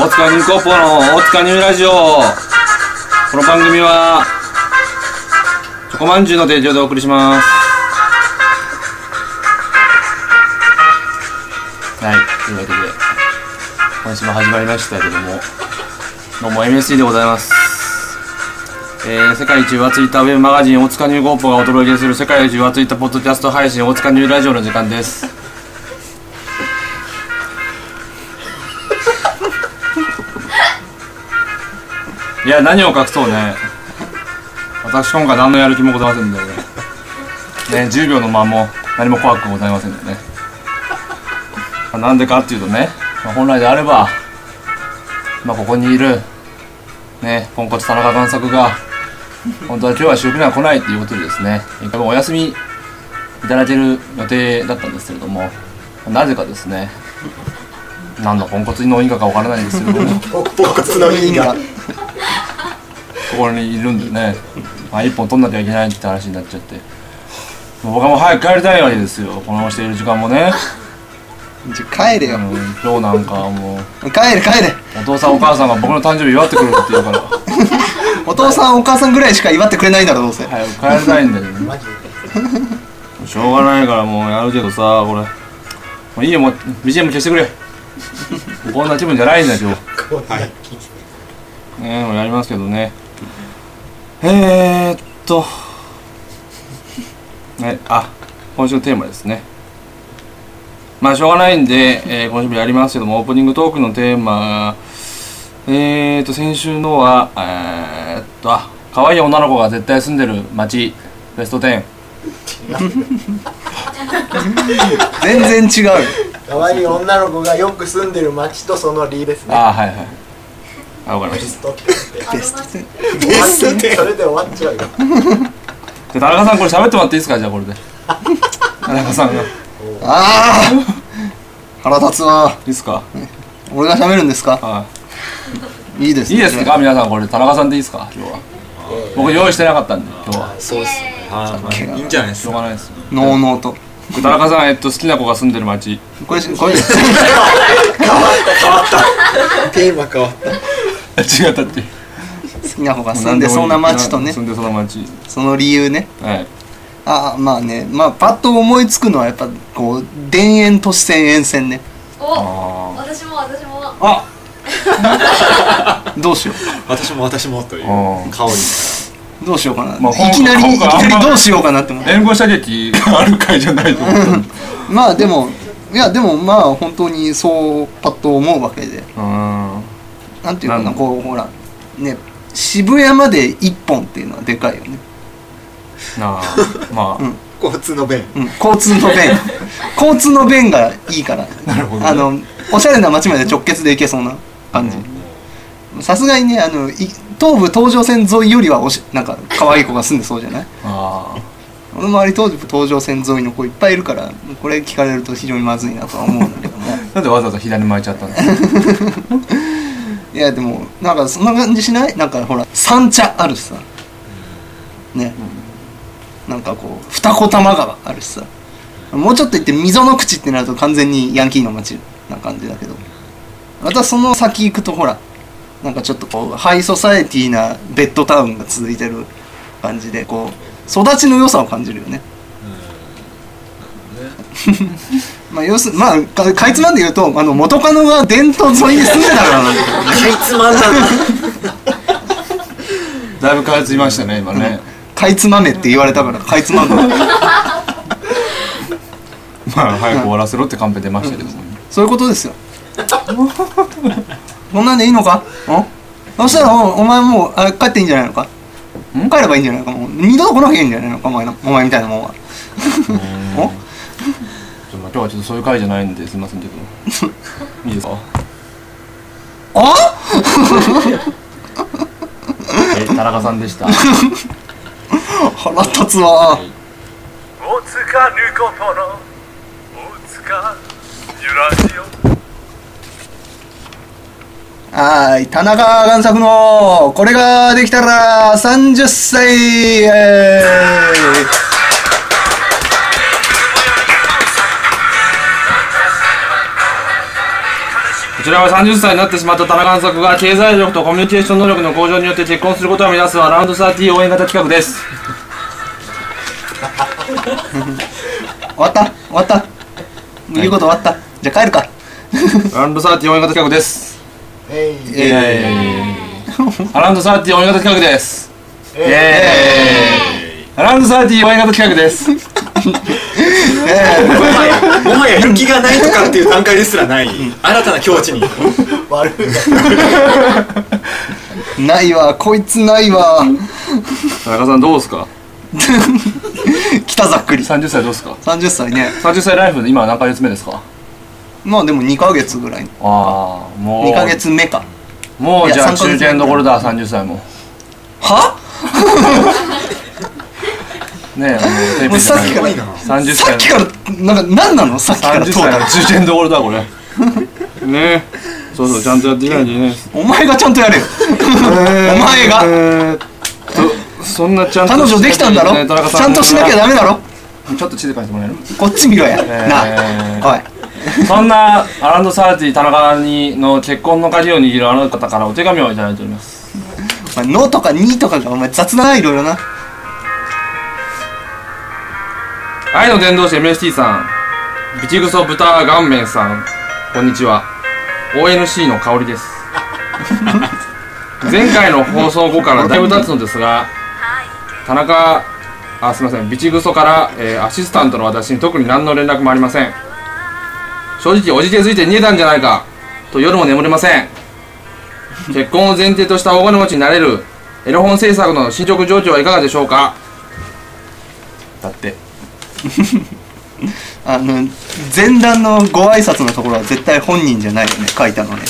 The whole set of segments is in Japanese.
大塚ニューコーポの大塚ニューラジオ。この番組はチョコまんじゅうの提供でお送りします。はい、というわけで今週も始まりましたけども、どうも MSC でございます。世界一浮ついたウェブマガジン大塚ニューコーポがお届けする世界一浮ついたポッドキャスト配信大塚ニューラジオの時間です。いや、何を隠そうね、私今回何のやる気もございませんのでね、10秒の間も何も怖くございませんのでね。なんでかっていうとね、本来であれば、ここにいるね、ポンコツ田中贋作が本当は今日は収録には来ないっていうことでですね、お休みいただける予定だったんですけれども、なぜかですね、何のポンコツの因果かわからないんですけどもポンコツの因果ここにいるんでね、一本取んなきゃいけないって話になっちゃって、僕はもう早く帰りたいわけですよ。このまましている時間もね。 帰れよ、 今日なんかもう帰れお父さんお母さんが僕の誕生日祝ってくれるって言うからお父さんお母さんぐらいしか祝ってくれないんだろどうせ。 早く帰りたいんだけどねしょうがないからもうやるけどさ、これもういいよ、もう BGM 消してくれこんな気分じゃないんだよ今日もうやりますけどね。今週のテーマですね。しょうがないんで、今週もやりますけども、オープニングトークのテーマが先週のは可愛い女の子が絶対住んでる街ベスト10 全然違う。 可愛い女の子がよく住んでる街とその理ですね。 はいはい、わかりました。 ベスト10 それで終わっちゃうよ田中さんこれ喋ってもらっていいですか。じゃあこれで田中さんが腹立つわ。 いいですか。 俺が喋るんですか。 はい、 いいですね。 いいですか皆さん。これ田中さんでいいですか。今日は僕用意してなかったんで今日は。 そうですね。いいんじゃないですか。 しょうがないですよ。 ノーノーと田中さん好きな子が住んでる街。 これ変わったテーマ変わった違ったって。 好きな子が住んでそうな街とね、 住んでそうな街、 その理由ね。 はい。 パッと思いつくのはやっぱこう田園都市線沿線ね。 私もどうしよう。 私もという顔にどうしようかな、いきなりどうしようかなって思う。 援護射撃ある回じゃないと思ったでも本当にそうパッと思うわけで、なんていうかな、こうほらね、渋谷まで1本っていうのはでかいよね。 交通の便、 交通の便がいいから。 なるほど、ね、 おしゃれな街まで直結で行けそうな感じ。さすがにね、東武東上線沿いよりはなんか可愛い子が住んでそうじゃない。俺の周り東武東上線沿いの子いっぱいいるから、これ聞かれると非常にまずいなとは思うんだけどもなんでわざわざ左に巻いちゃったんですかいやでもなんかそんな感じしない？なんかほら三茶あるしさね、なんかこう二子玉川あるしさ、もうちょっと行って溝の口ってなると完全にヤンキーの街な感じだけど、またその先行くとほらなんかちょっとこうハイソサエティなベッドタウンが続いてる感じで、こう育ちの良さを感じるよね要するにかいつまんで言うと元カノが伝統沿いに住んでたからなんだけどねかいつまんだだいぶかいつみましたね今ね、 かいつまめって言われたからかいつまんだ早く終わらせろってカンペ出ましたけども、 そういうことですよこんなんでいいのか。そしたらお前もう帰っていいんじゃないのか。帰ればいいんじゃないのか。もう二度と来なきゃいいんじゃないのか、お前みたいなもんは今日はちょっとそういう回じゃないんですいませんけどいいですか。田中さんでした腹立つわ。 大塚ニューコーポの大塚ニューラジオ。 田中贋作のこれができたら30歳、 こちらは30歳になってしまった田中作が経済力とコミュニケーション能力の向上によって結婚することを目指すアラウンド30応援型企画です。 終わった言うこと終わった。じゃあ帰るか。 アラウンド30応援型企画です。アラウンド30応援型企画です。アラウンド30応援型企画です。 もはや人気がないとかっていう段階ですらない、新たな境地に悪いないわ、こいつないわ。 田中さんどうですか？ 来たざっくり。 30歳どうですか 30歳ね。 30歳ライフで今は何ヶ月目ですか？ まあでも2ヶ月ぐらい。 ああ、もう 2ヶ月目か。 もうじゃあ中堅どころだ、30歳も。 は？ ねえ、 もうさっきから 30歳さっきから何なの？さっきから 30歳の中堅どころだこれ。ねえ、そうそう、ちゃんとやっていかないといけないです。 お前がちゃんとやれよ。お前がそんなちゃんと彼女できたんだろ。ちゃんとしなきゃダメだろ。 ちょっと静かにしてもらえる？ こっち見ろや。なあ、おい。 そんなアラウンド30田中の結婚の鍵を握るあの方からお手紙をいただいております。 お前のとかにとかがお前雑だな、いろいろな。 愛の伝道師 MST さん、ビチグソ豚顔面さん、こんにちは。 ONC の香りです。前回の放送後からだいぶ経つのですが、田中すいません、ビチグソから、アシスタントの私に特に何の連絡もありません。正直おじけづいて逃げたんじゃないかと夜も眠れません。結婚を前提とした大金持ちになれるエロ本制作の進捗状況はいかがでしょうか。だって前段のご挨拶のところは絶対本人じゃないよね、書いたのね。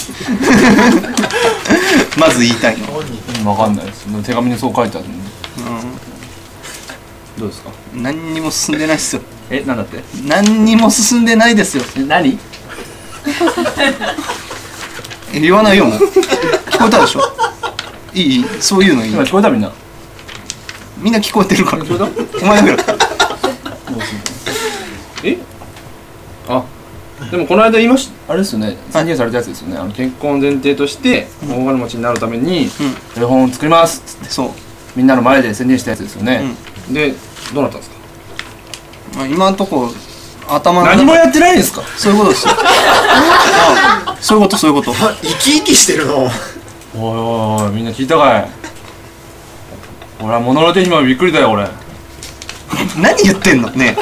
まず言いたいの。 分かんないです。手紙にそう書いてあるのに、どうですか？ 何にも進んでないっすよ。 なんだって？ 何にも進んでないですよ。 何？ 言わないよ、もう。聞こえたでしょ。いい、そういうのいい。 今聞こえた？みんな聞こえてるから。 聞こえた？ お前だけだ。 でもこの間言いました、あれですよね、宣言されたやつですよね。結婚前提として大金持ちになるために絵本を作りますっつって、 そうみんなの前で宣言したやつですよね。でどうなったんですか？ 今のとこ頭の何もやってないんですか？ そういうことですよ。そういうことそういうこと。 生き生きしてるの。 おいおいおい、みんな聞いたかい？俺は物の手にもびっくりだよ俺。 何言ってんのね。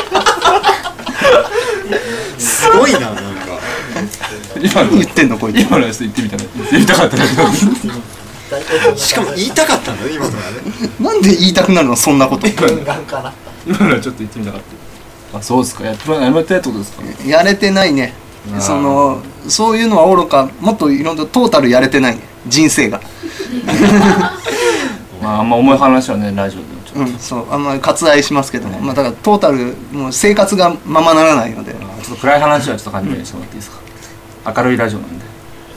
すごいな、なんか何言ってんのこいつ。 今のやつ言ってみたら言ってみたかっただけ。 しかも言いたかったんだよ今のはね。 なんで言いたくなるのそんなこと。 ガンかな。 今のはちょっと言ってみたかった。あ、そうですか。やめてってことですか？ やれてないね。そういうのはおろか、もっといろんなトータルやれてないね、人生が。 まああんま重い話はねラジオでもちょっと、 そう、あんまり割愛しますけども、だからトータルもう生活がままならないので、 ちょっと暗い話はちょっと勘弁してもらっていいですか？明るいラジオなんで。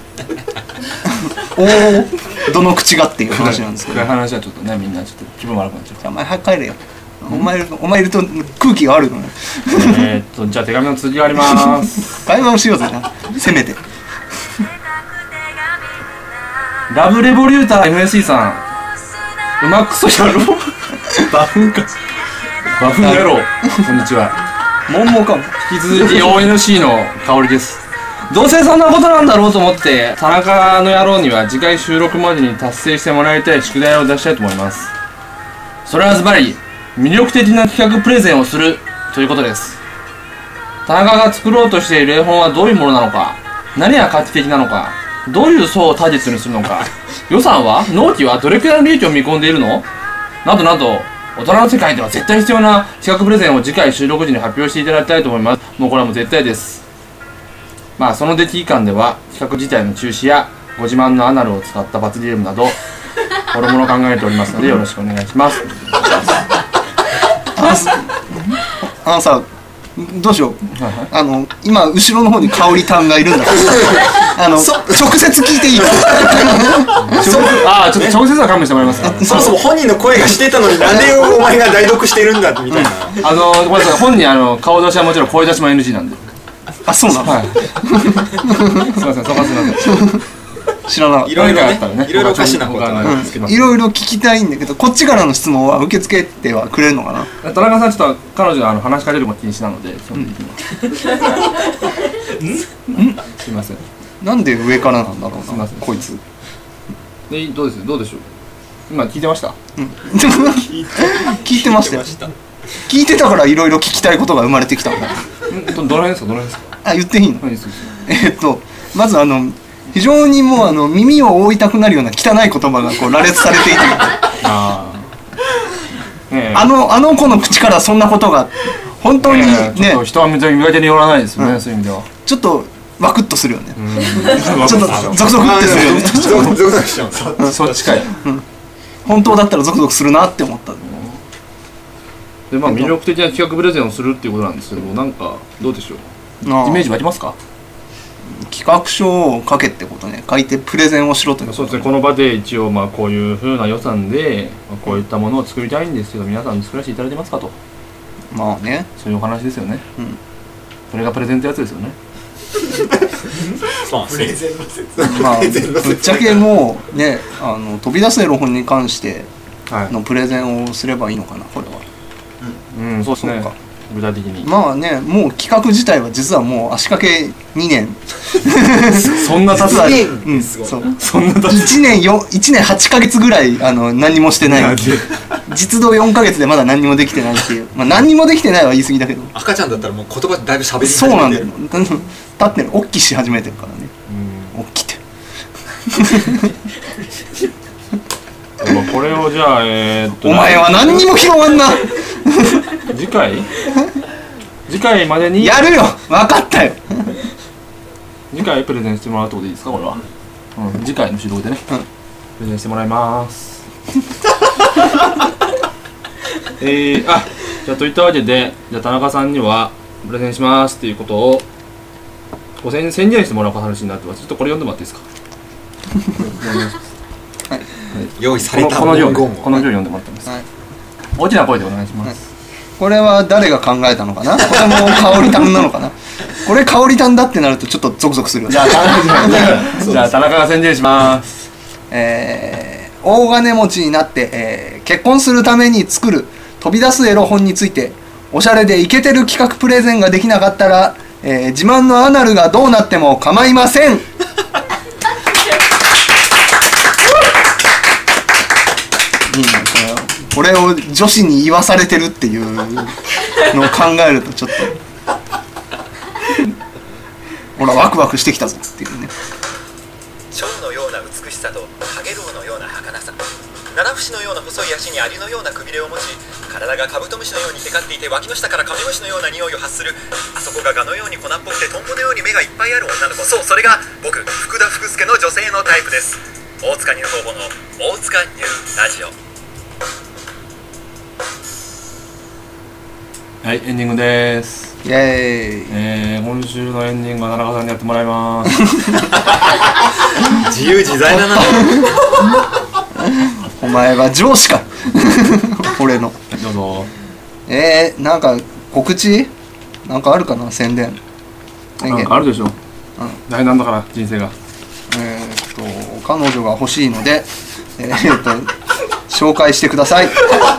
おお、どの口がっていう話なんですけど。 暗い話はちょっとね、みんなちょっと気分悪くなっちゃう。 お前早く帰れよ。お前いると空気があるのね。 じゃあ手紙の続きがあります。 会話をしようぜな、せめて。 ラブレボリューター MSC さん、うまくそやろう。バフンか。バフン野郎。こんにちは。 もんもかも。 引き続き ONC の香りです。どうせそんなことなんだろうと思って田中の野郎には次回収録までに達成してもらいたい宿題を出したいと思います。それはズバリ魅力的な企画プレゼンをするということです。田中が作ろうとしている絵本はどういうものなのか、何が画期的なのか、どういう層をターゲットにするのか、予算は納期はどれくらいの利益を見込んでいるのなどなど、大人の世界では絶対必要な企画プレゼンを次回収録時に発表していただきたいと思います。もうこれはもう絶対です。まあその出来期間では企画自体の中止やご自慢のアナルを使った罰ゲームなどもろもろ考えておりますのでよろしくお願いします。 あのさ、どうしよう。今後ろの方に香りたんがいるんだけど、直接聞いていい？ ああ、ちょっと直接は勘弁してもらいますか。 そもそも本人の声がしてたのになんでお前が代読してるんだみたいな。 ごめんなさい、本人顔出しはもちろん声出しも NG なんで。 あ、そうなの。 はいすいません、そこはすいません。 知らなかった。 いろいろ何かあったらねね、いろいろおかしなことはあるんですけど、 いろいろ聞きたいんだけど、こっちからの質問は受け付けてはくれるのかな。 田中さん、ちょっと彼女は話しかけるのも禁止なので、基本的にはすいません。 なんで上からなんだろうなすいません、 こいつ。 で、どうでしょう。今聞いてました？ 聞いてましたよ。聞いてたからいろいろ聞きたいことが生まれてきたんだ。 どの辺ですか？ あ、言っていいの？ はい、です。 まず非常にもう耳を覆いたくなるような汚い言葉がこう羅列されていてああの子の口からそんなことが本当にちょねっと人は磨いてによらないですよね、そういう意味では。 ちょっとワクッとするよね。 ちちょっとゾクゾクってするよね。 ゾクゾクしちゃうんですよ。 そっちかい。 本当だったらゾクゾクするなって思った。 で、まあ魅力的な企画プレゼンをするっていうことなんですけども、なんかどうでしょう。イメージ湧きますか？ 企画書を書けってことね。書いてプレゼンをしろということ。 そうですね、この場で一応まあこういう風な予算でこういったものを作りたいんですけど、皆さん作らせていただけますかと。 まあね、 そういうお話ですよね。それがプレゼンってやつですよね。 そうなんプレですね。 ゼンの説まあぶっちゃけもうね、飛び出すエロ本に関してはい。 のプレゼンをすればいいのかな、これは。 うん、そうですねそうか。 具体的に。 まあね、もう企画自体は実はもう足掛け2年。 そんな経つ実は年すごいそう。 そんな経つ。 1年8ヶ月ぐらい何もしてない。実動4ヶ月でまだ何にもできてないっていう。まあ何にもできてないは言い過ぎだけど。 赤ちゃんだったらもう言葉だいぶ喋り始そうなんだよ。 めてる。 立ってる。おっきし始めてるからね。おっきって。 まあこれをじゃあお前は何にも広まんな。 次回までにやるよ。分かったよ。 次回プレゼンしてもらうってことでいいですか、これは。次回の指導でね、プレゼンしてもらいますじゃあといったわけで、じゃあ田中さんにはプレゼンしますっていうことを宣言してもらう話になってます。ちょっとこれ読んでもらっていいですか？ 用意されたこの行文言を読んでもらってます、 はい。 大きな声でお願いします、 これは誰が考えたのかな。これも香りたんなのかな。これ香りたんだってなるとちょっとゾクゾクするよね。 じゃあ田中が宣言します。 大金持ちになって、結婚するために作る飛び出すエロ本についておしゃれでイケてる企画プレゼンができなかったら、自慢のアナルがどうなっても構いません。いいね、これを女子に言わされてるっていうのを考えるとちょっとほらワクワクしてきたぞっていうね。 蝶のような美しさとハゲロウのような儚さ、七節のような細い足にアリのようなくびれを持ち、体がカブトムシのようにテカっていて脇の下からカメムシのような匂いを発する、あそこがガのように粉っぽくてトンボのように目がいっぱいある女の子、そう、それが僕福田福助の女性のタイプです。大塚ニュー工房の大塚ニューラジオ。 はい、エンディングです。 イエーイ。 今週のエンディングは田中さんにやってもらいます自由自在だな。 お前は上司か俺の。 どうぞ。 なんか告知なんかあるかな。宣伝なんかあるでしょ。大なんだから人生が。 彼女が欲しいので紹介してください。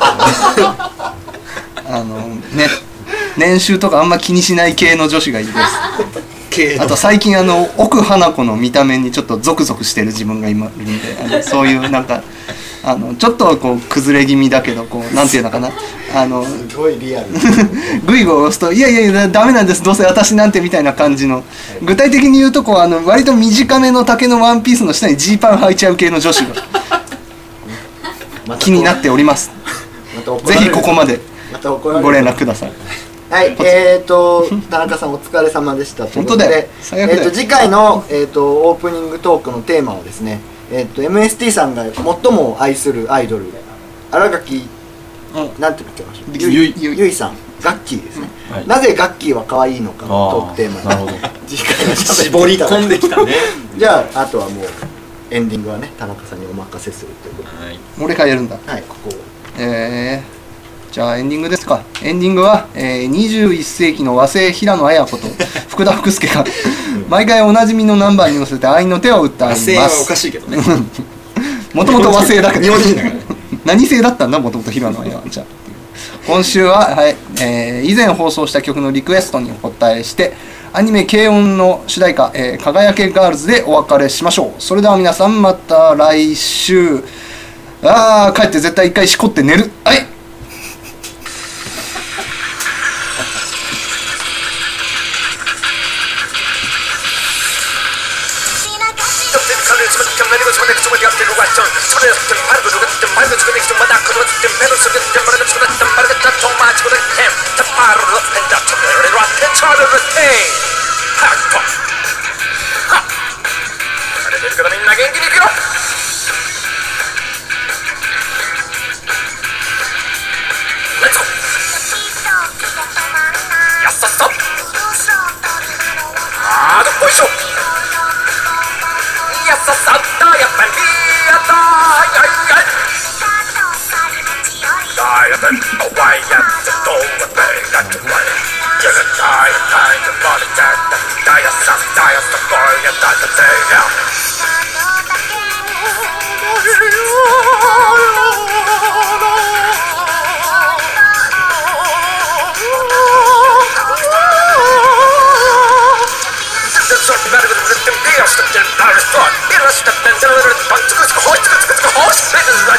ね、年収とかあんま気にしない系の女子がいいです。あと最近奥花子の見た目にちょっとゾクゾクしてる自分が今いるんで、そういうなんかちょっとこう崩れ気味だけどこうなんていうのかな、 すごいリアルグイグイ押すといやいやダメなんですどうせ私なんてみたいな感じの、具体的に言うとこう割と短めの丈のワンピースの下にジーパン履いちゃう系の女子が気になっております。ぜひここまでご連絡ください。 はい、田中さんお疲れ様でしたということ本当だでよ最悪だよ、 次回の、オープニングトークのテーマはですね、MST さんが最も愛するアイドル新垣、なんて言ってましたゆいさん、ガッキーですね、 はい、 なぜガッキーは可愛いのかのトークテーマなるほど。 次回は絞り込んできたね。 じゃああとはもうエンディングはね田中さんにお任せするということで、 はい。 俺がやるんだ。 はい、ここをちじゃあエンディングですか。エンディングは、21世紀の和製平野綾子と福田福助が毎回おなじみのナンバーに乗せて愛の手を打ってあります。 和製はおかしいけどね。 もともと和製だけど日本人だからね。 何製だったんだもともと平野綾ちゃん。今週は、はい以前放送した曲のリクエストにお答えしてアニメ「軽音」の主題歌「輝けガールズ」でお別れしましょう。それでは皆さんまた来週。帰って絶対一回しこって寝る。はい。 It was